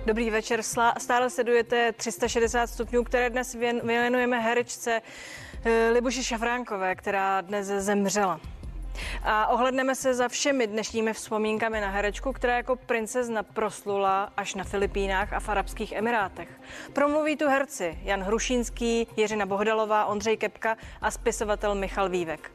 Dobrý večer. Stále sledujete 360 stupňů, které dnes věnujeme herečce Libuši Šafránkové, která dnes zemřela. A ohledneme se za všemi dnešními vzpomínkami na herečku, která jako princezna proslula až na Filipínách a v Arabských Emirátech. Promluví tu herci Jan Hrušínský, Jiřina Bohdalová, Ondřej Kepka a spisovatel Michal Vívek.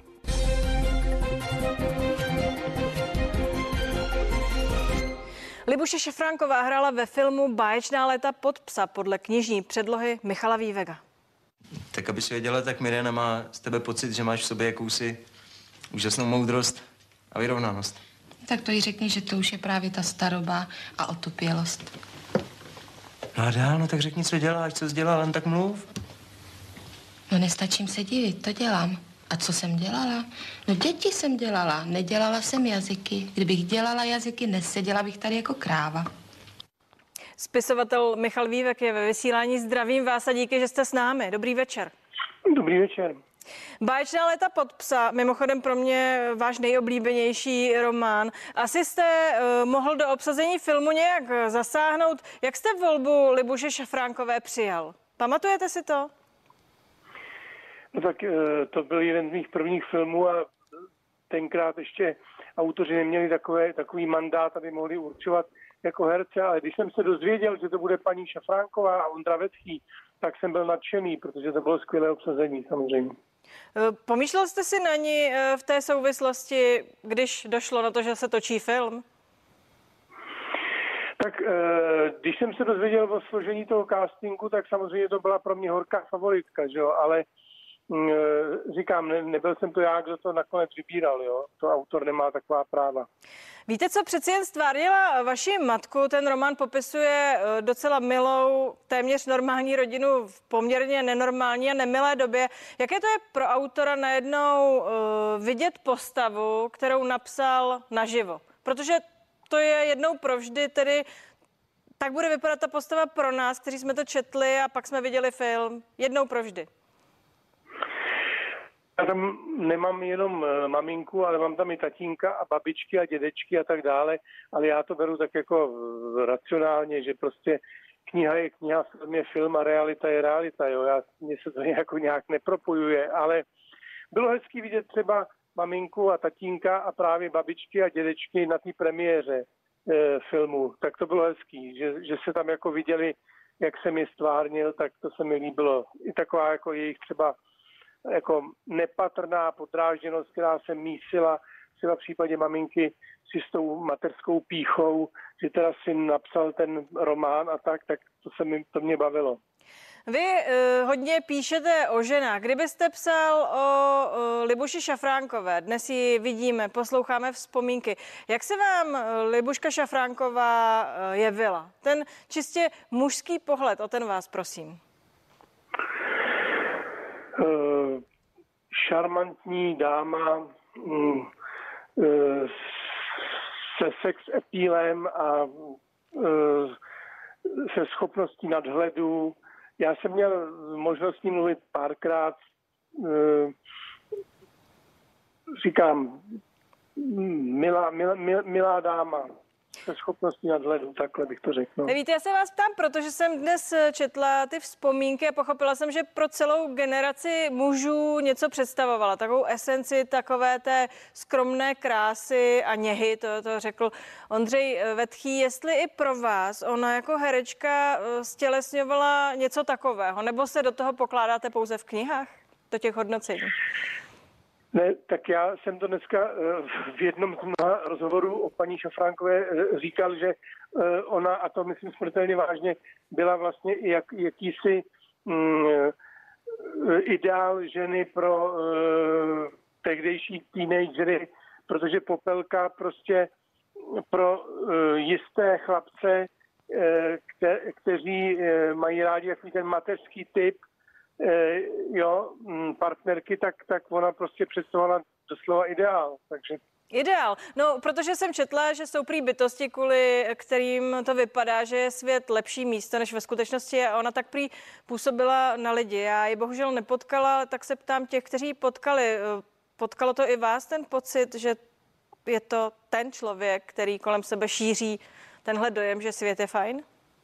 Libuše Šafránková hrála ve filmu Báječná léta pod psa podle knižní předlohy Michala Víveka. Tak aby si věděla, tak Mirjana má z tebe pocit, že máš v sobě jakousi úžasnou moudrost a vyrovnanost. Tak to jí řekni, že to už je právě ta staroba a otupělost. No a dál, no tak řekni, co děláš, co jsi dělala, jen tak mluv. No nestačím se divit, to dělám. A co jsem dělala? No děti jsem dělala, nedělala jsem jazyky. Kdybych dělala jazyky, neseděla bych tady jako kráva. Spisovatel Michal Vívek je ve vysílání. Zdravím vás a díky, že jste s námi. Dobrý večer. Dobrý večer. Báječná léta pod psa, mimochodem pro mě váš nejoblíbenější román. Asi jste mohl do obsazení filmu nějak zasáhnout. Jak jste volbu Libuše Šafránkové přijal? Pamatujete si to? No tak to byl jeden z mých prvních filmů a tenkrát ještě autoři neměli takový mandát, aby mohli určovat jako herce, ale když jsem se dozvěděl, že to bude paní Šafránková a Ondra Vetký, tak jsem byl nadšený, protože to bylo skvělé obsazení samozřejmě. Pomýšlel jste si na ní v té souvislosti, když došlo na to, že se točí film? Tak když jsem se dozvěděl o složení toho castingu, tak samozřejmě to byla pro mě horká favoritka, že jo, ale říkám, nebyl jsem to já, kdo to nakonec vybíral, jo. To autor nemá taková práva. Víte, co přeci jen stvárnila vaši matku? Ten román popisuje docela milou, téměř normální rodinu v poměrně nenormální a nemilé době. Jaké to je pro autora najednou vidět postavu, kterou napsal naživo? Protože to je jednou provždy, tedy tak bude vypadat ta postava pro nás, kteří jsme to četli a pak jsme viděli film. Jednou provždy. Já tam nemám jenom maminku, ale mám tam i tatínka a babičky a dědečky a tak dále, ale já to beru tak jako racionálně, že prostě kniha je kniha, film je film a realita je realita, jo. Mně se to jako nějak nepropojuje, ale bylo hezký vidět třeba maminku a tatínka a právě babičky a dědečky na té premiéře filmu, tak to bylo hezký, že se tam jako viděli, jak jsem je stvárnil, tak to se mi líbilo. I taková jako jejich třeba jako nepatrná podrážděnost, která se mísila třeba v případě maminky si s tou mateřskou pýchou, že teda syn napsal ten román a tak to mě bavilo. Vy hodně píšete o ženách. Kdybyste psal o Libuši Šafránkové, dnes ji vidíme, posloucháme vzpomínky. Jak se vám Libuška Šafránková jevila? Ten čistě mužský pohled, o ten vás prosím. Šarmantní dáma se sex appealem a se schopností nadhledu. Já jsem měl možnost s ní mluvit párkrát. Říkám, milá dáma se schopností nadhledu, takhle bych to řekl. No. Víte, já se vás ptám, protože jsem dnes četla ty vzpomínky a pochopila jsem, že pro celou generaci mužů něco představovala. Takovou esenci takové té skromné krásy a něhy, to řekl Ondřej Vetký. Jestli i pro vás ona jako herečka stělesňovala něco takového, nebo se do toho pokládáte pouze v knihách, do těch hodnocení? Ne, tak já jsem to dneska v jednom z mnoha rozhovorů o paní Šafránkové říkal, že ona, a to myslím smrtelně vážně, byla vlastně jakýsi ideál ženy pro tehdejší teenagery, protože Popelka prostě pro jisté chlapce, kteří mají rádi jaký ten mateřský typ, partnerky, tak ona prostě představovala doslova ideál, takže... Ideál. No, protože jsem četla, že jsou prý bytosti, kvůli kterým to vypadá, že je svět lepší místo, než ve skutečnosti a ona tak prý působila na lidi. Já ji bohužel nepotkala, tak se ptám těch, kteří ji potkali. Potkalo to i vás ten pocit, že je to ten člověk, který kolem sebe šíří tenhle dojem, že svět je fajn?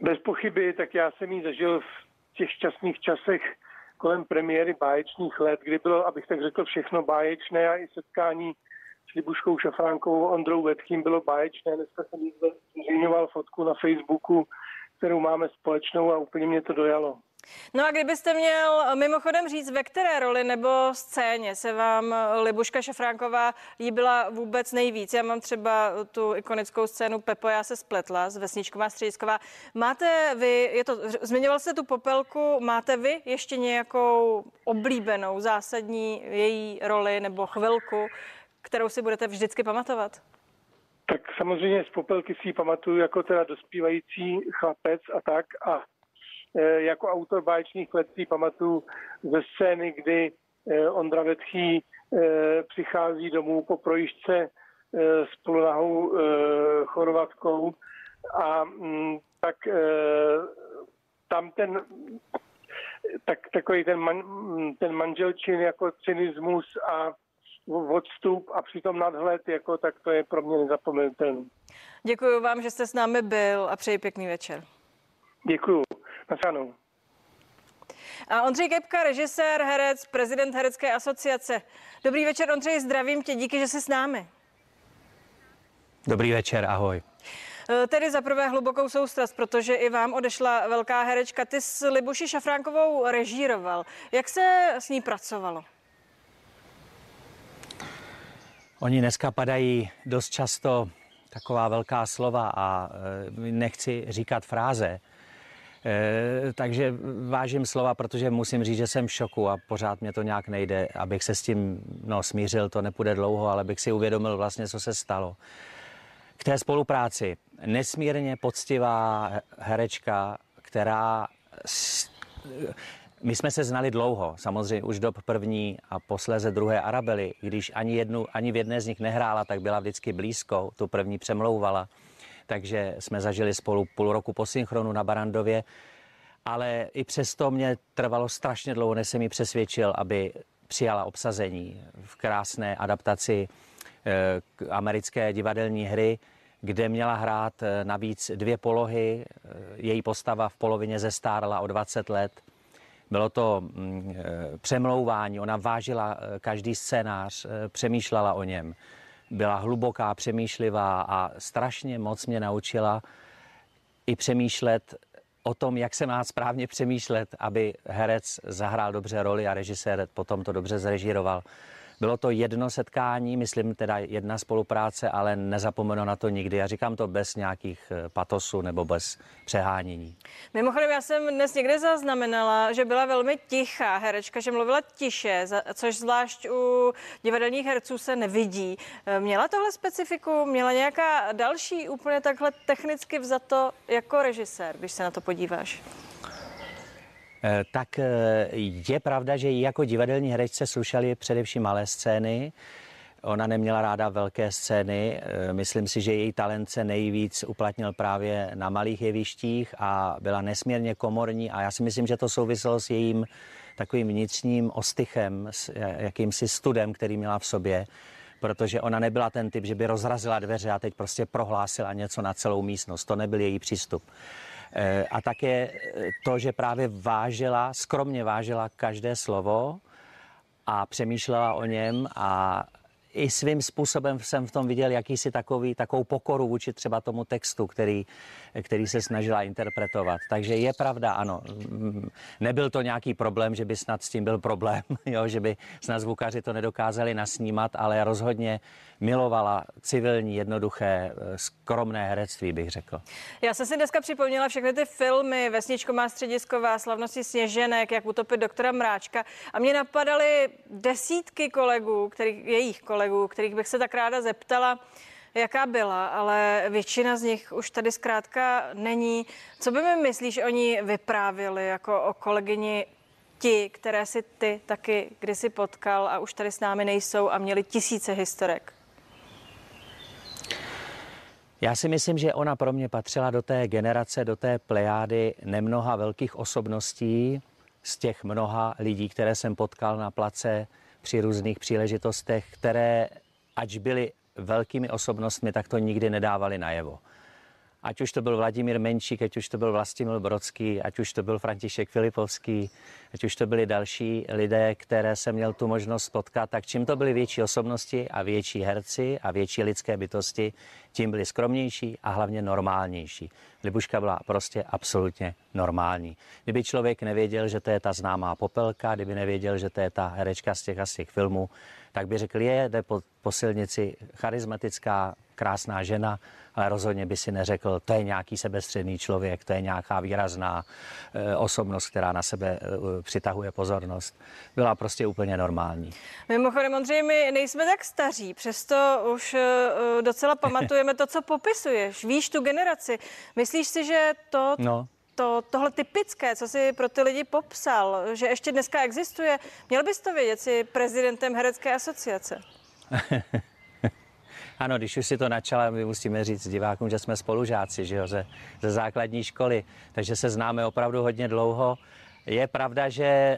Bez pochyby, tak já jsem ji zažil v těch šťastných časech kolem premiéry Báječných let, kdy bylo, abych tak řekl, všechno báječné a i setkání s Libuškou Šafránkovou, Ondrou Vetchým bylo báječné. Dneska jsem jí zveřejňoval fotku na Facebooku, kterou máme společnou a úplně mě to dojalo. No a kdybyste měl mimochodem říct, ve které roli nebo scéně se vám Libuška Šafránková líbila vůbec nejvíc? Já mám třeba tu ikonickou scénu Pepo, já se spletla z Vesničková Středisková. Máte vy, zmiňoval jste tu Popelku, máte vy ještě nějakou oblíbenou, zásadní její roli nebo chvilku, kterou si budete vždycky pamatovat? Tak samozřejmě z Popelky si ji pamatuju jako teda dospívající chlapec a tak a jako autor Báječných let si pamatuju ze scény, kdy Ondra Vetchý přichází domů po projížďce s polonahou Chorvatkou a tak tam takový ten manželčin jako cynismus a odstup a přitom nadhled, jako, tak to je pro mě nezapomenutelné. Děkuji vám, že jste s námi byl a přeji pěkný večer. Děkuju. Naslyšenou. A Ondřej Kepka, režisér, herec, prezident Herecké asociace. Dobrý večer, Ondřej, zdravím tě, díky, že jsi s námi. Dobrý večer, ahoj. Tedy za prvé hlubokou soustrast, protože i vám odešla velká herečka. Ty s Libuši Šafránkovou režíroval. Jak se s ní pracovalo? Oni dneska padají dost často taková velká slova a nechci říkat fráze. Takže vážím slova, protože musím říct, že jsem v šoku a pořád mě to nějak nejde, abych se s tím smířil, to nepůjde dlouho, ale bych si uvědomil vlastně, co se stalo. K té spolupráci. Nesmírně poctivá herečka, která... My jsme se znali dlouho, samozřejmě už dob první a posléze druhé Arabely. Když ani v jedné z nich nehrála, tak byla vždycky blízko, tu první přemlouvala. Takže jsme zažili spolu půl roku po synchronu na Barrandově. Ale i přesto mě trvalo strašně dlouho, než jsem ji přesvědčil, aby přijala obsazení v krásné adaptaci americké divadelní hry, kde měla hrát navíc 2 polohy. Její postava v polovině zestárla o 20 let. Bylo to přemlouvání, ona vážila každý scénář, přemýšlela o něm. Byla hluboká, přemýšlivá a strašně moc mě naučila i přemýšlet o tom, jak se má správně přemýšlet, aby herec zahrál dobře roli a režisér potom to dobře zrežíroval. Bylo to jedno setkání, myslím teda jedna spolupráce, ale nezapomenu na to nikdy. Já říkám to bez nějakých patosů nebo bez přehánění. Mimochodem, já jsem dnes někde zaznamenala, že byla velmi tichá herečka, že mluvila tiše, což zvlášť u divadelních herců se nevidí. Měla tohle specifiku? Měla nějaká další úplně takhle technicky vzato jako režisér, když se na to podíváš? Tak je pravda, že jí jako divadelní herečce slušaly především malé scény. Ona neměla ráda velké scény. Myslím si, že její talent se nejvíc uplatnil právě na malých jevištích a byla nesmírně komorní a já si myslím, že to souviselo s jejím takovým vnitřním ostychem, s jakýmsi studem, který měla v sobě, protože ona nebyla ten typ, že by rozrazila dveře a teď prostě prohlásila něco na celou místnost. To nebyl její přístup. A také to, že právě skromně vážila každé slovo a přemýšlela o něm a i svým způsobem jsem v tom viděl takovou pokoru vůči třeba tomu textu, který se snažila interpretovat. Takže je pravda, ano, nebyl to nějaký problém, že by snad s tím byl problém, jo, že by snad zvukaři to nedokázali nasnímat, ale rozhodně milovala civilní, jednoduché, skromné herectví, bych řekl. Já jsem si dneska připomněla všechny ty filmy Vesničková Středisková, Slavnosti Sněženek, Jak utopit doktora Mráčka a mě napadaly desítky jejich kolegů, kterých bych se tak ráda zeptala, jaká byla, ale většina z nich už tady zkrátka není. Co by mi myslíš, oni vyprávěli jako o kolegyni ti, které si ty taky kdysi potkal a už tady s námi nejsou a měli tisíce historek? Já si myslím, že ona pro mě patřila do té generace, do té plejády nemnoha velkých osobností z těch mnoha lidí, které jsem potkal na place při různých příležitostech, které, ač byly velkými osobnostmi, tak to nikdy nedávali najevo. Ať už to byl Vladimír Menšík, ať už to byl Vlastimil Brodský, ať už to byl František Filipovský, ať už to byli další lidé, které jsem měl tu možnost potkat, tak čím to byly větší osobnosti a větší herci a větší lidské bytosti, tím byli skromnější a hlavně normálnější. Libuška byla prostě absolutně normální. Kdyby člověk nevěděl, že to je ta známá Popelka, kdyby nevěděl, že to je ta herečka z těch filmů, tak by řekl, jde po silnici charismatická, krásná žena, ale rozhodně by si neřekl, to je nějaký sebestředný člověk, to je nějaká výrazná osobnost, která na sebe přitahuje pozornost. Byla prostě úplně normální. Mimochodem, Ondřej, my nejsme tak staří, přesto už docela pamatujeme to, co popisuješ. Víš tu generaci. Myslíš si, že tohle typické, co jsi pro ty lidi popsal, že ještě dneska existuje, měl bys to vědět, jsi prezidentem Herecké asociace. Ano, když už si to načala, my musíme říct divákům, že jsme spolužáci, že jo, ze základní školy, takže se známe opravdu hodně dlouho. Je pravda,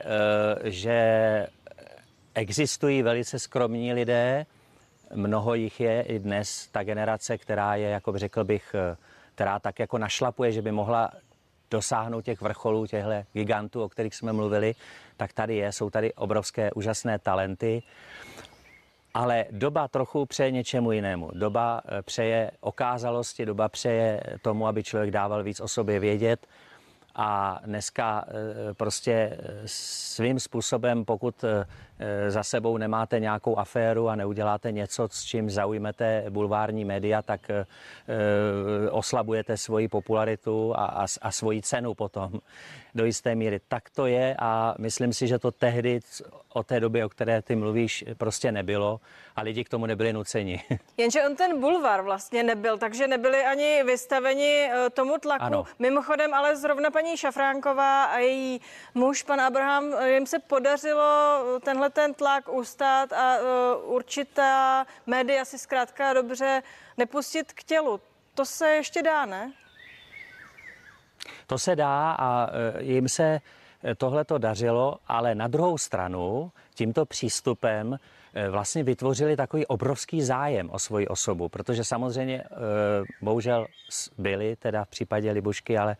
že existují velice skromní lidé, mnoho jich je i dnes, ta generace, která je, jako řekl bych, která tak jako našlapuje, že by mohla dosáhnout těch vrcholů, těchto gigantů, o kterých jsme mluvili, tak tady jsou tady obrovské, úžasné talenty. Ale doba trochu přeje něčemu jinému. Doba přeje okázalosti, doba přeje tomu, aby člověk dával víc o sobě vědět. A dneska prostě svým způsobem, pokud za sebou nemáte nějakou aféru a neuděláte něco, s čím zaujmete bulvární média, tak oslabujete svoji popularitu a svoji cenu potom do jisté míry. Tak to je a myslím si, že to tehdy o té době, o které ty mluvíš, prostě nebylo a lidi k tomu nebyli nuceni. Jenže on ten bulvár vlastně nebyl, takže nebyli ani vystaveni tomu tlaku. Ano. Mimochodem, ale zrovna paní Šafránková a její muž, pan Abraham, jim se podařilo ten tlak ustát a určitá média si zkrátka dobře nepustit k tělu. To se ještě dá, ne? To se dá a jim se tohleto dařilo, ale na druhou stranu tímto přístupem vlastně vytvořili takový obrovský zájem o svoji osobu, protože samozřejmě bohužel byli teda v případě Libušky, ale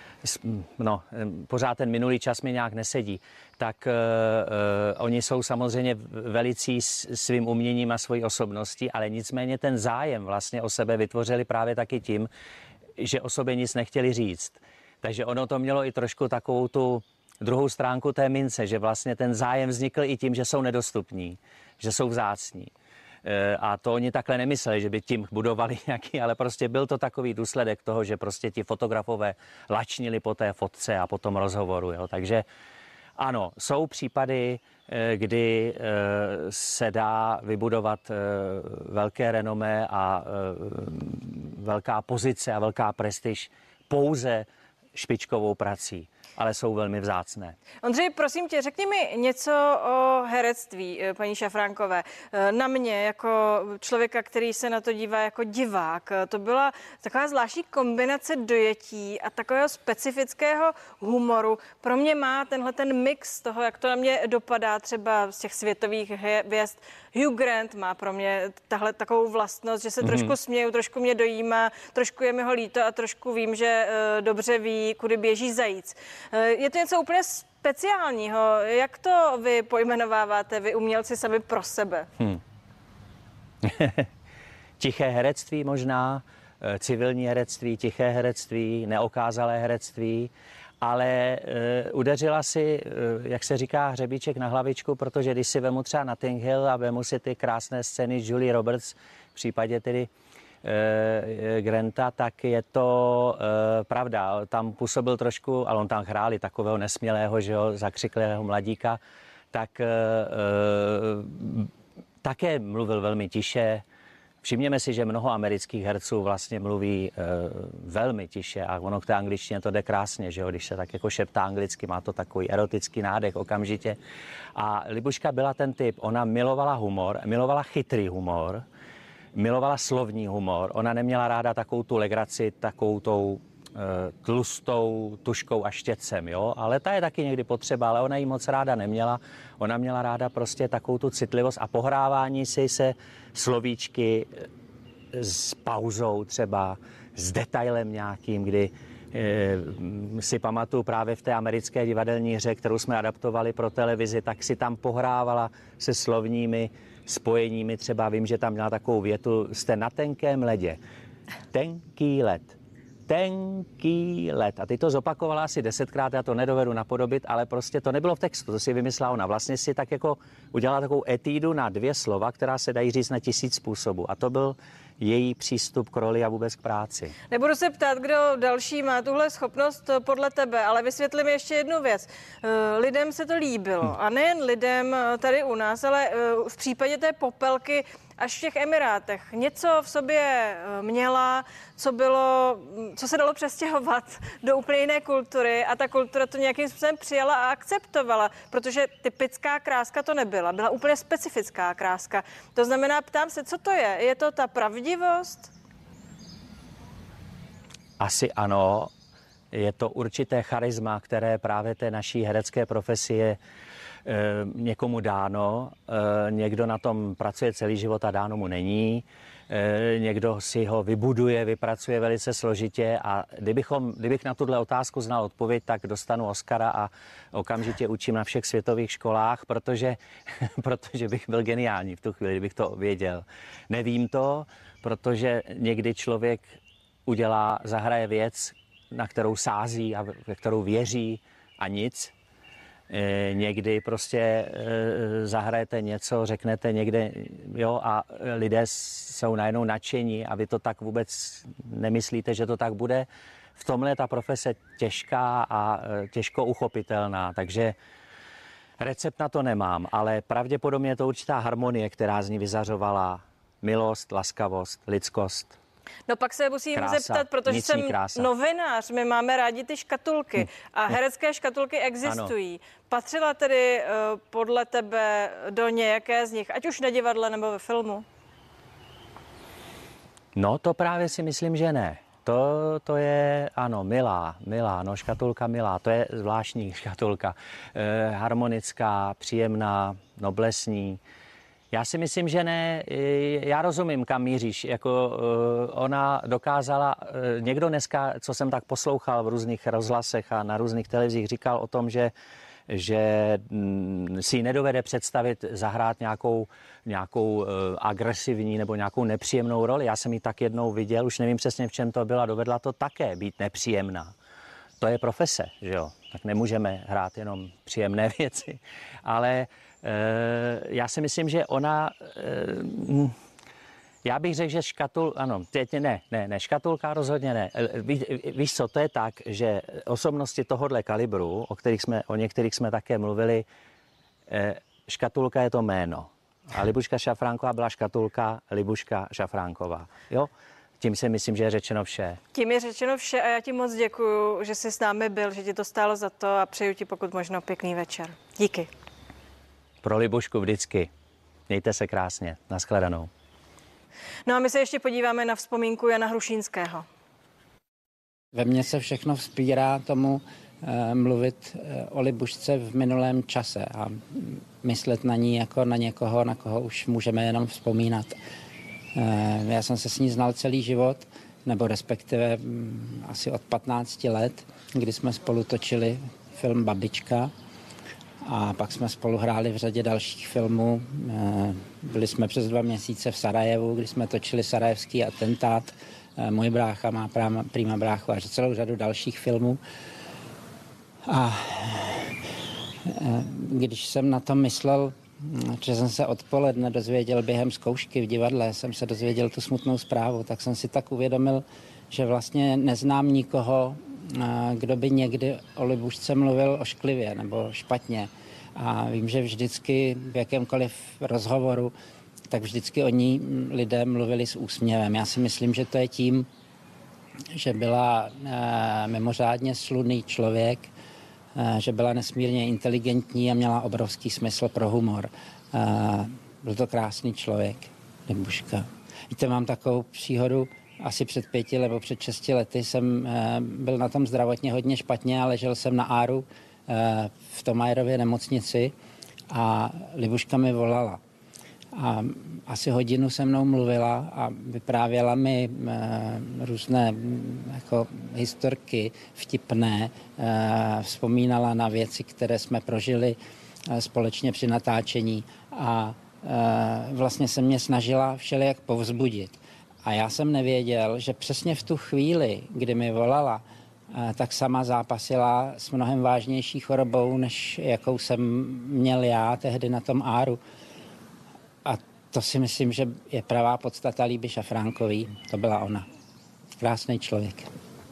pořád ten minulý čas mi nějak nesedí, tak oni jsou samozřejmě velicí svým uměním a svojí osobností, ale nicméně ten zájem vlastně o sebe vytvořili právě taky tím, že o sobě nic nechtěli říct. Takže ono to mělo i trošku takovou tu druhou stránku té mince, že vlastně ten zájem vznikl i tím, že jsou nedostupní, že jsou vzácní. A to oni takhle nemysleli, že by tím budovali nějaký, ale prostě byl to takový důsledek toho, že prostě ti fotografové lačnili po té fotce a po tom rozhovoru. Jo. Takže ano, jsou případy, kdy se dá vybudovat velké renomé a velká pozice a velká prestiž pouze špičkovou prací, ale jsou velmi vzácné. Ondřej, prosím tě, řekni mi něco o herectví paní Šafránkové. Na mě, jako člověka, který se na to dívá jako divák, to byla taková zvláštní kombinace dojetí a takového specifického humoru. Pro mě má ten mix toho, jak to na mě dopadá třeba z těch světových hvězd. Hugh Grant má pro mě tahle takovou vlastnost, že se trošku směju, trošku mě dojímá, trošku je mi ho líto a trošku vím, že dobře ví, kudy běží zajíc. Je to něco úplně speciálního. Jak to vy pojmenováváte, vy umělci sami pro sebe? Tiché herectví možná, civilní herectví, tiché herectví, neokázalé herectví, ale udeřila si, jak se říká, hřebíček na hlavičku, protože když si vemu třeba Notting Hill a vemu si ty krásné scény Julie Roberts, v případě tedy Granta, tak je to pravda. Tam působil trošku, ale on tam hrál i takového nesmělého, že jo, zakřiklého mladíka, tak také mluvil velmi tiše. Všimněme si, že mnoho amerických herců vlastně mluví velmi tiše a ono k té angličtině to jde krásně, že jo, když se tak jako šeptá anglicky, má to takový erotický nádech okamžitě. A Libuška byla ten typ, ona milovala humor, milovala chytrý humor, milovala slovní humor, ona neměla ráda takovou tu legraci, takovou tou tlustou tuškou a štětcem, jo, ale ta je taky někdy potřeba, ale ona ji moc ráda neměla. Ona měla ráda prostě takovou tu citlivost a pohrávání si se slovíčky s pauzou třeba, s detailem nějakým, kdy si pamatuju právě v té americké divadelní hře, kterou jsme adaptovali pro televizi, tak si tam pohrávala se slovními spojeními. Třeba vím, že tam měla takovou větu: jste na tenkém ledě. Tenký led. Tenký led. A ty to zopakovala asi 10krát, já to nedovedu napodobit, ale prostě to nebylo v textu, to si vymyslela ona. Vlastně si tak jako udělala takovou etídu na 2 slova, která se dají říct na 1000 způsobů. A to byl její přístup k roli a vůbec k práci. Nebudu se ptát, kdo další má tuhle schopnost podle tebe, ale vysvětli mi ještě jednu věc. Lidem se to líbilo a nejen lidem tady u nás, ale v případě té Popelky až v těch Emirátech. Něco v sobě měla, co se dalo přestěhovat do úplně jiné kultury a ta kultura to nějakým způsobem přijala a akceptovala, protože typická kráska to nebyla, byla úplně specifická kráska. To znamená, ptám se, co to je? Je to ta pravdivost? Asi ano, je to určité charisma, které právě té naší herecké profesi je někomu dáno, někdo na tom pracuje celý život a dáno mu není, někdo si ho vybuduje, vypracuje velice složitě a kdybych na tuhle otázku znal odpověď, tak dostanu Oscara a okamžitě učím na všech světových školách, protože bych byl geniální v tu chvíli, kdybych to věděl. Nevím to, protože někdy člověk zahraje věc, na kterou sází a ve kterou věří a nic. Někdy prostě zahrajete něco, řeknete někde, jo, a lidé jsou najednou nadšení a vy to tak vůbec nemyslíte, že to tak bude. V tomhle je ta profese těžká a těžko uchopitelná, takže recept na to nemám, ale pravděpodobně je to určitá harmonie, která z ní vyzařovala milost, laskavost, lidskost. No pak se musím zeptat, protože jsem novinář, my máme rádi ty škatulky a herecké škatulky existují. Ano. Patřila tedy podle tebe do nějaké z nich, ať už na divadle nebo ve filmu? No to právě si myslím, že ne. To je, ano, milá, no škatulka milá, to je zvláštní škatulka. Harmonická, příjemná, noblesní. Já si myslím, že ne. Já rozumím, kam míříš. Jako ona dokázala, někdo dneska, co jsem tak poslouchal v různých rozhlasech a na různých televizích, říkal o tom, že si ji nedovede představit zahrát nějakou agresivní nebo nějakou nepříjemnou roli. Já jsem ji tak jednou viděl, už nevím přesně, v čem to byla, dovedla to také být nepříjemná. To je profese, že jo? Tak nemůžeme hrát jenom příjemné věci, ale já si myslím, že ona, já bych řekl, že škatulka rozhodně ne. Víš co, to je tak, že osobnosti tohohle kalibru, o některých jsme také mluvili, škatulka je to jméno. A Libuška Šafránková byla škatulka Libuška Šafránková. Jo? Tím si myslím, že je řečeno vše. Tím je řečeno vše a já ti moc děkuju, že jsi s námi byl, že ti to stálo za to a přeju ti pokud možno pěkný večer. Díky. Pro Libušku vždycky. Mějte se krásně. Nashledanou. No a my se ještě podíváme na vzpomínku Jana Hrušínského. Ve mně se všechno vzpírá tomu mluvit o Libušce v minulém čase a myslet na ní jako na někoho, na koho už můžeme jenom vzpomínat. Já jsem se s ní znal celý život, nebo respektive asi od 15 let, kdy jsme spolu točili film Babička a pak jsme spolu hráli v řadě dalších filmů. Byli jsme přes 2 měsíce v Sarajevu, kdy jsme točili sarajevský atentát. Můj brácha má prima bráchu a celou řadu dalších filmů. A když jsem na to myslel, že jsem se odpoledne dozvěděl během zkoušky v divadle, jsem se dozvěděl tu smutnou zprávu, tak jsem si tak uvědomil, že vlastně neznám nikoho, kdo by někdy o Libušce mluvil ošklivě nebo špatně. A vím, že vždycky v jakémkoliv rozhovoru, tak vždycky o ní lidé mluvili s úsměvem. Já si myslím, že to je tím, že byla mimořádně slunný člověk, že byla nesmírně inteligentní a měla obrovský smysl pro humor. Byl to krásný člověk, Libuška. Víte, mám takovou příhodu, asi před 5 nebo před 6 lety jsem byl na tom zdravotně hodně špatně a ležel jsem na Áru v Tomajerově nemocnici a Libuška mi volala. A asi hodinu se mnou mluvila a vyprávěla mi různé jako historky vtipné, vzpomínala na věci, které jsme prožili společně při natáčení a vlastně se mě snažila všelijak povzbudit. A já jsem nevěděl, že přesně v tu chvíli, kdy mi volala, tak sama zápasila s mnohem vážnější chorobou, než jakou jsem měl já tehdy na tom Áru. A to si myslím, že je pravá podstata Líby Šafránkový. To byla ona. Krásný člověk.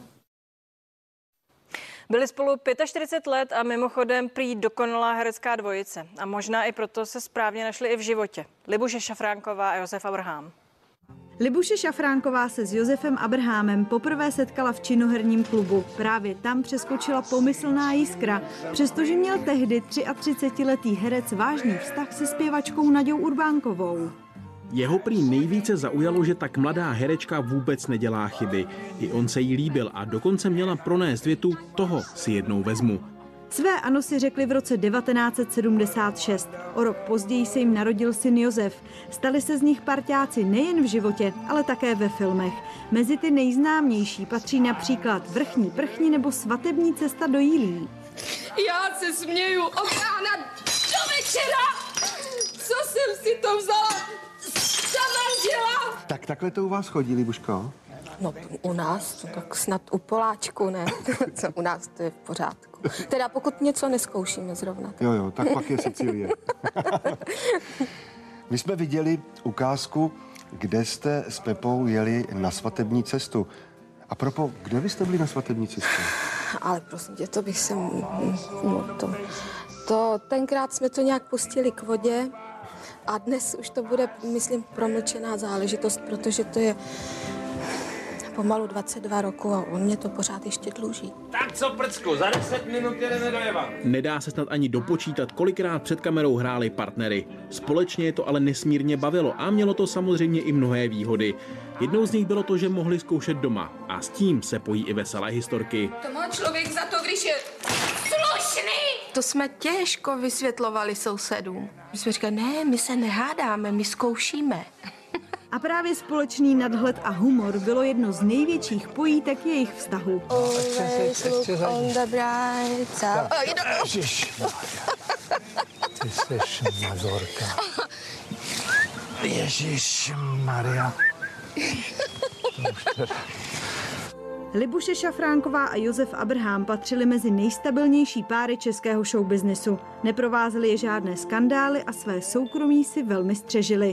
Byli spolu 45 let a mimochodem prý dokonalá herecká dvojice. A možná i proto se správně našli i v životě. Libuše Šafránková a Josef Abrhám. Libuše Šafránková se s Josefem Abrhámem poprvé setkala v činoherním klubu. Právě tam přeskočila pomyslná jiskra, přestože měl tehdy 33letý herec vážný vztah se zpěvačkou Naďou Urbánkovou. Jeho prý nejvíce zaujalo, že tak mladá herečka vůbec nedělá chyby. I on se jí líbil a dokonce měla pronést větu "toho si jednou vezmu". Své ano si řekli v roce 1976. O rok později se jim narodil syn Josef. Stali se z nich parťáci nejen v životě, ale také ve filmech. Mezi ty nejznámější patří například Vrchní prchni nebo Svatební cesta do Jílí. Já se směju od rána do večera. Co jsem si to vzala za manžela? Tak takhle to u vás chodí, Libuško? No u nás, tak snad u Poláčku, ne? U nás to je v pořádku. Teda pokud něco neskoušíme zrovna. Jo, tak pak je Sicílie. My jsme viděli ukázku, kde jste s Pepou jeli na svatební cestu. A propo, kde vy jste byli na svatební cestě? Ale prosím tě, to bych se... To tenkrát jsme to nějak pustili k vodě a dnes už to bude, myslím, promlčená záležitost, protože to je pomalu 22 roku a on mě to pořád ještě dluží. Tak co, prcku, za 10 minut jedeme do Jeva. Nedá se snad ani dopočítat, kolikrát před kamerou hráli partnery. Společně je to ale nesmírně bavilo a mělo to samozřejmě i mnohé výhody. Jednou z nich bylo to, že mohli zkoušet doma a s tím se pojí i veselé historky. To má člověk za to, když je slušný. To jsme těžko vysvětlovali sousedům. My jsme říkali, ne, my se nehádáme, my zkoušíme. A právě společný nadhled a humor bylo jedno z největších pojítek jejich vztahu. Ty jsi mazorka. Ježišmarja. Libuše Šafránková a Josef Abrhám patřili mezi nejstabilnější páry českého showbiznesu. Neprovázely je žádné skandály a své soukromí si velmi střežili.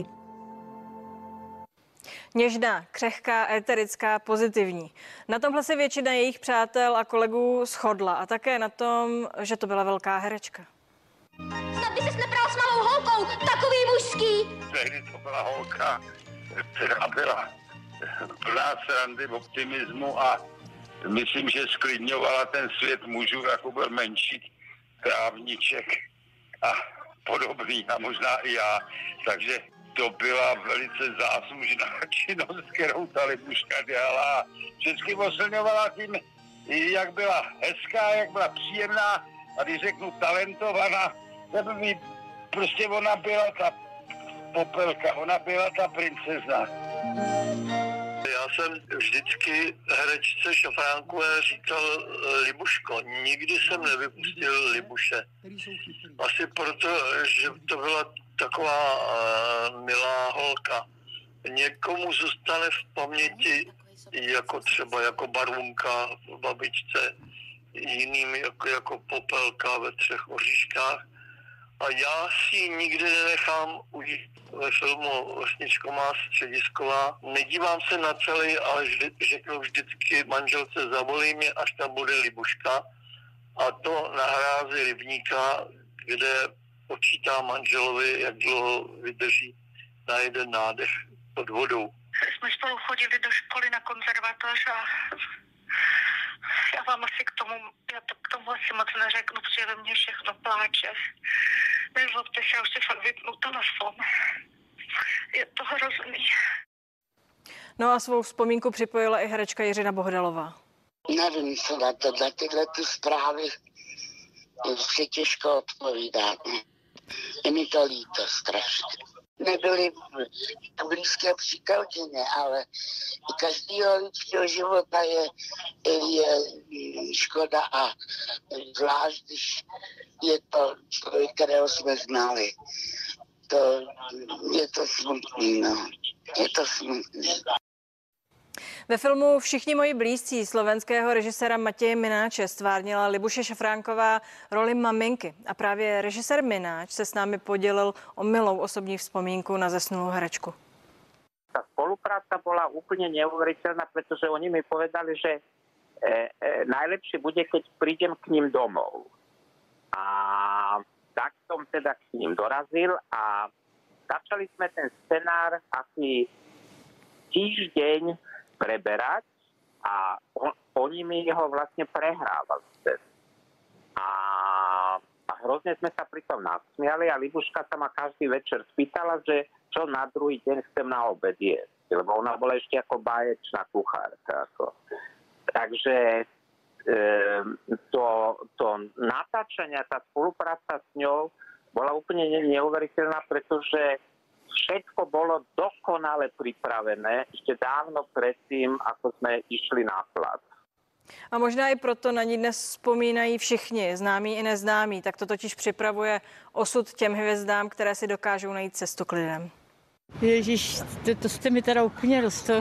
Něžná, křehká, éterická, pozitivní. Na tomhle se většina jejich přátel a kolegů shodla a také na tom, že to byla velká herečka. Snad by ses nepral s malou holkou, takový mužský. Tehdy to byla holka, která byla plná srandy, optimismu a myslím, že sklidňovala ten svět mužů, jako byl menší trávníček a podobný a možná i já. Takže to byla velice záslužná činnost, kterou ta Libuška dělala. Vždycky oslňovala tím, jak byla hezká, jak byla příjemná a když řeknu talentovaná, prostě ona byla ta popelka, ona byla ta princezna. Já jsem vždycky herečce Šafránkové říkal Libuško. Nikdy jsem nevypustil Libuše. Asi proto, že to byla taková milá holka. Někomu zůstane v paměti jako třeba jako barvunka v babičce, jiným jako popelka ve Třech oříškách. A já si nikdy nenechám ujít ve filmu Vesničko má středisková. Nedívám se na celý, ale řeknu vždycky manželce zavolí mě, až tam bude Libuška. A to na hrázi Rybníka, kde počítá manželovi, jak dlouho vydrží na jeden nádech pod vodou. Jsme spolu chodili do školy na konzervatoř a já vám asi k tomu asi moc neřeknu, protože ve mně všechno pláče. Nezlobte se, já už si fakt vypnu telefon. Je to hrozný. No a svou vzpomínku připojila i herečka Jiřina Bohdalová. Nevím, co na tyhle zprávy se těžko odpovídá. Je mi to líto strašně. nebyli blízké přítelkyně, ale každého lidského života je škoda a zvlášť, když je to člověk, kterého jsme znali. Je to smutný, no. Je to smutný. Ve filmu Všichni moji blízcí slovenského režiséra Matěje Mináče stvárnila Libuše Šafránková roli maminky. A právě režisér Mináč se s námi podělil o milou osobní vzpomínku na zesnulou herečku. Ta spolupráca bola úplne neuveriteľná, pretože oni mi povedali, že najlepšie bude, keď prídem k ním domov. A tak som teda k ním dorazil a začali sme ten scenár asi týždeň preberať a oni mi ho vlastne prehrávali. A hrozne sme sa pri tom nasmiali a Libuška sa ma každý večer spýtala, že čo na druhý deň chcem na obed jesť, lebo ona bola ešte ako báječná kuchárka. Takže to natáčanie, tá spolupráca s ňou bola úplne neuveriteľná, pretože všetko bolo dokonale pripravené ešte dávno predtým, ako sme išli na plát. A možná i proto na ní dnes vzpomínají všichni, známí i neznámí. Tak to totiž připravuje osud těm hvězdám, které si dokážou najít cestu k lidem. Ježíš, to jste mi teda úplně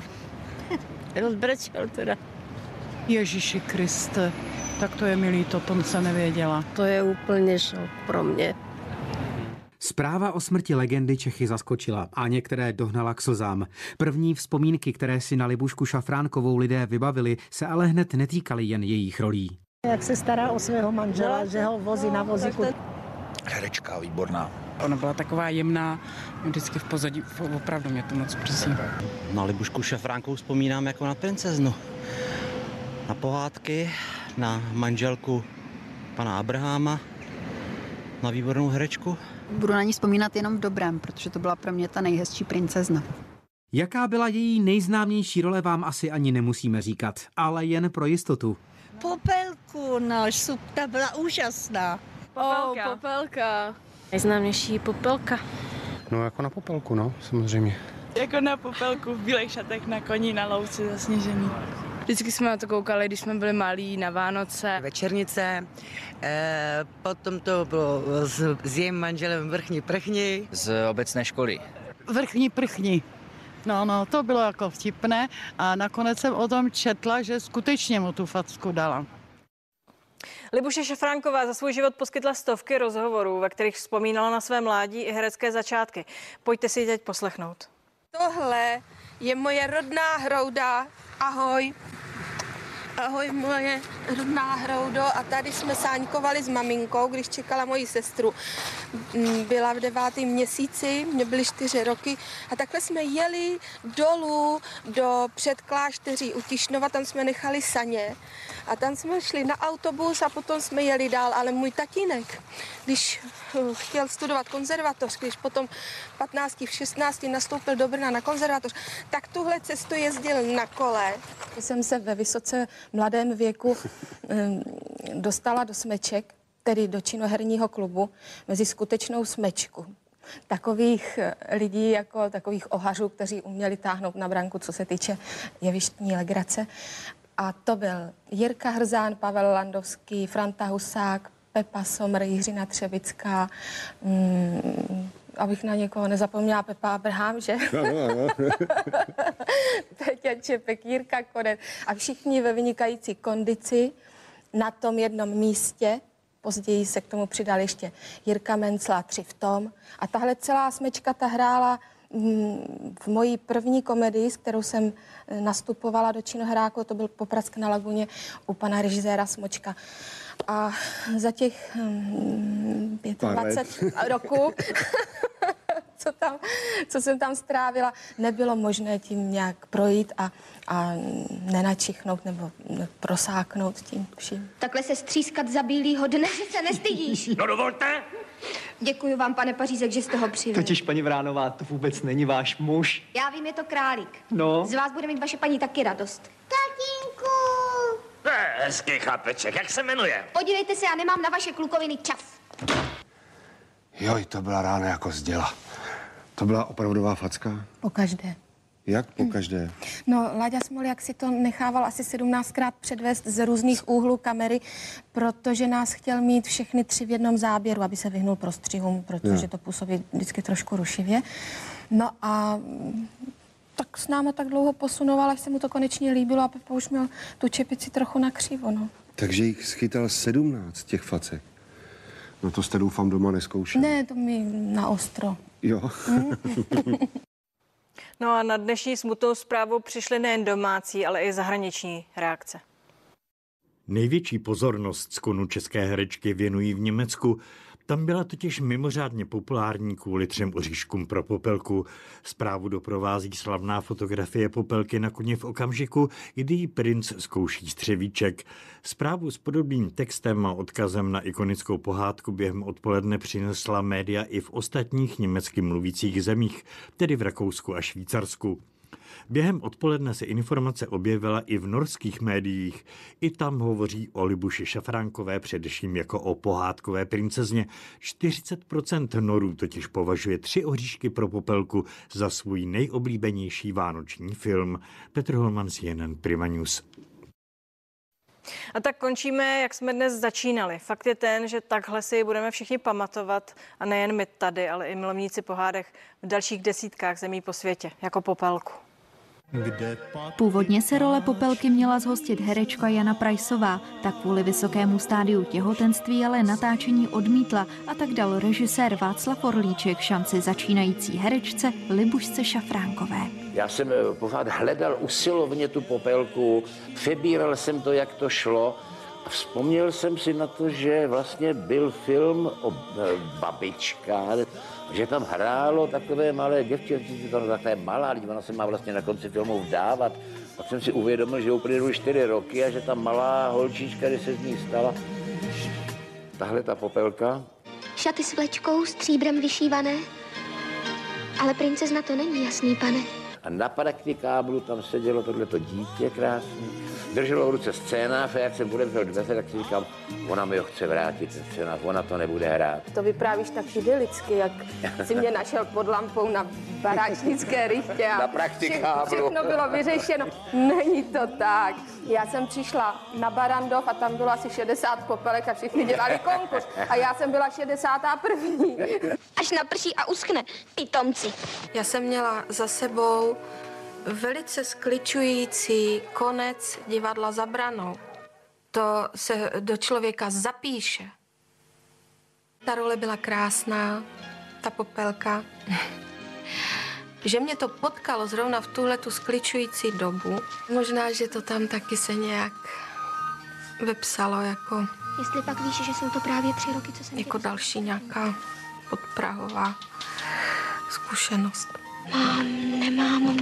rozbrečel teda. Ježíši Kriste, tak to je mi líto, to jsem nevěděla. To je úplně šok pro mě. Zpráva o smrti legendy Čechy zaskočila a některé dohnala k slzám. První vzpomínky, které si na Libušku Šafránkovou lidé vybavili, se ale hned netýkaly jen jejich rolí. Jak se stará o svého manžela, že ho vozí na vozíku. Herečka výborná. Ona byla taková jemná, vždycky v pozadí, opravdu mě to moc přesí. Na Libušku Šafránkovou vzpomínám jako na princeznu. Na pohádky, na manželku pana Abraháma, na výbornou herečku. Budu na ní vzpomínat jenom v dobrém, protože to byla pro mě ta nejhezčí princezna. Jaká byla její nejznámější role, vám asi ani nemusíme říkat, ale jen pro jistotu. Popelku, náš ta byla úžasná. Popelka. Popelka. Nejznámější Popelka. No jako na Popelku, no, samozřejmě. Jako na Popelku v bílých šatech na koni na louce zasněžený. Vždycky jsme na to koukali, když jsme byli malí na Vánoce. Večernice, potom to bylo s jejím manželem Vrchní prchni. Z obecné školy. Vrchní prchni. No, to bylo jako vtipné a nakonec jsem o tom četla, že skutečně mu tu facku dala. Libuše Šafránková za svůj život poskytla stovky rozhovorů, ve kterých vzpomínala na své mládí i herecké začátky. Pojďte si teď poslechnout. Tohle je moje rodná Hrouda. Ahoj. Ahoj, moje rodná Hroudo. A tady jsme sáňkovali s maminkou, když čekala moji sestru. Byla v 9. měsíci, mě byly 4 roky. A takhle jsme jeli dolů do předklášteří u Tišnova, tam jsme nechali saně. A tam jsme šli na autobus a potom jsme jeli dál. Ale můj tatínek, když chtěl studovat konzervatoř, když potom 15, v 16 nastoupil do Brna na konzervatoř, tak tuhle cestu jezdil na kole. Jsem se ve vysoce mladém věku dostala do smeček, tedy do činoherního klubu, mezi skutečnou smečku. Takových lidí, jako takových ohařů, kteří uměli táhnout na branku, co se týče jevištní legrace. A to byl Jirka Hrzán, Pavel Landovský, Franta Husák, Pepa Somr, Jiřina Třebická, abych na někoho nezapomněla, Pepa Abraham, že? Peťa Čepek, Jirka Konet a všichni ve vynikající kondici na tom jednom místě. Později se k tomu přidal ještě Jirka Mencla, 3 v tom. A tahle celá smečka ta hrála v mojí první komedii, s kterou jsem nastupovala do činohráku, to byl Poprask na laguně u pana režiséra Smočka. A za těch 25 roků, co jsem tam strávila, nebylo možné tím nějak projít a nenačichnout nebo prosáknout tím vším. Takhle se střískat za bílýho dne, že se nestydíš. No dovolte. Děkuji vám, pane Pařízek, že jste ho přivez. Totiž, paní Vránová, to vůbec není váš muž. Já vím, je to králík. No. Z vás bude mít vaše paní taky radost. Tatínku! Hezký chlapeček, jak se jmenuje? Podívejte se, já nemám na vaše klukoviny čas. Joj, to byla rána jako z děla. To byla opravdová facka? Po každé. Jak po každé? No, Láďa Smoljak si to nechával asi 17krát předvést z různých úhlů kamery, protože nás chtěl mít všechny 3 v jednom záběru, aby se vyhnul prostřihům, protože to působí vždycky trošku rušivě. No a tak s náma tak dlouho posunoval, až se mu to konečně líbilo a Pepa už měl tu čepici trochu nakřivo, no. Takže jich schytal 17 těch facek. No to jste doufám doma nezkoušel. Ne, to mi na ostro. Jo. No a na dnešní smutnou zprávu přišly nejen domácí, ale i zahraniční reakce. Největší pozornost skonu české herečky věnují v Německu. Tam byla totiž mimořádně populární kvůli 3 oříškům pro Popelku. Zprávu doprovází slavná fotografie Popelky na koni v okamžiku, kdy jí princ zkouší střevíček. Zprávu s podobným textem a odkazem na ikonickou pohádku během odpoledne přinesla média i v ostatních německy mluvících zemích, tedy v Rakousku a Švýcarsku. Během odpoledne se informace objevila i v norských médiích. I tam hovoří o Libuši Šafránkové především jako o pohádkové princezně. 40% Norů totiž považuje 3 oříšky pro Popelku za svůj nejoblíbenější vánoční film. Petr Holman, CNN Prima News. A tak končíme, jak jsme dnes začínali. Fakt je ten, že takhle si budeme všichni pamatovat a nejen my tady, ale i milovníci pohádek v dalších desítkách zemí po světě, jako Popelku. Původně se role Popelky měla zhostit herečka Jana Preißová, tak kvůli vysokému stádiu těhotenství ale natáčení odmítla a tak dal režisér Václav Orlíček šanci začínající herečce Libušce Šafránkové. Já jsem pořád hledal usilovně tu Popelku, přebíral jsem to, jak to šlo. Vzpomněl jsem si na to, že vlastně byl film o babičkách, že tam hrálo takové malé děvče, to takové malá, ona se má vlastně na konci filmu vdávat. Pak jsem si uvědomil, že uplynuly 4 roky a že ta malá holčička, kdy se z ní stala tahle ta Popelka. Šaty s vlečkou, stříbrem vyšívané. Ale princezna to není, jasný pane. A na praktikáblu tam sedělo tohleto dítě krásný. Drželo v ruce scénář a jak jsem otevřel dveře, tak si říkám, ona mi ho chce vrátit, ten scénář, ona to nebude hrát. To vyprávíš tak idylicky, jak si mě našel pod lampou na baráčnické rychtě a na praktikáblu. Všechno bylo vyřešeno. Není to tak. Já jsem přišla na Barandov a tam bylo asi 60 popelek a všichni dělali konkurs. A já jsem byla 61. Až naprší a uschne, pitomci. Já jsem měla za sebou velice skličující konec divadla Za branou. To se do člověka zapíše. Ta role byla krásná, ta Popelka. Že mě to potkalo zrovna v tuhletu skličující dobu. Možná, že to tam taky se nějak vypsalo jako... Jestli pak víš, že jsou to právě 3 roky, co jsem... Jako další nějaká podprahová zkušenost. Nemám.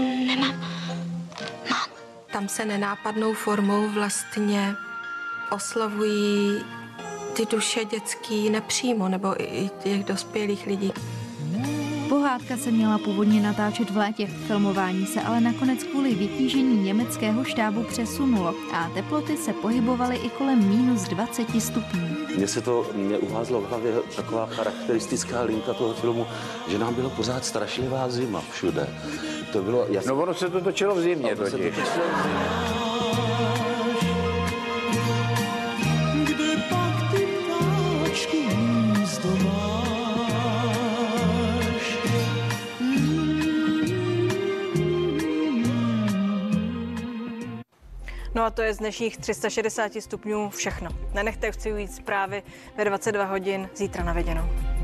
Tam se nenápadnou formou vlastně oslovují ty duše dětský nepřímo, nebo i těch dospělých lidí. Pohádka se měla původně natáčet v létě. Filmování se ale nakonec kvůli vytížení německého štábu přesunulo a teploty se pohybovaly i kolem -20 stupňů. Mně uházla v hlavě taková charakteristická linka toho filmu, že nám byla pořád strašlivá zima všude. To bylo jasné. No ono se to točilo v zimě totiž. Kde pak ty ptáčky hnízdo máš? No a to je z dnešních 360 stupňů všechno. Nenechte chci ujít zprávy ve 22 hodin zítra na viděnou.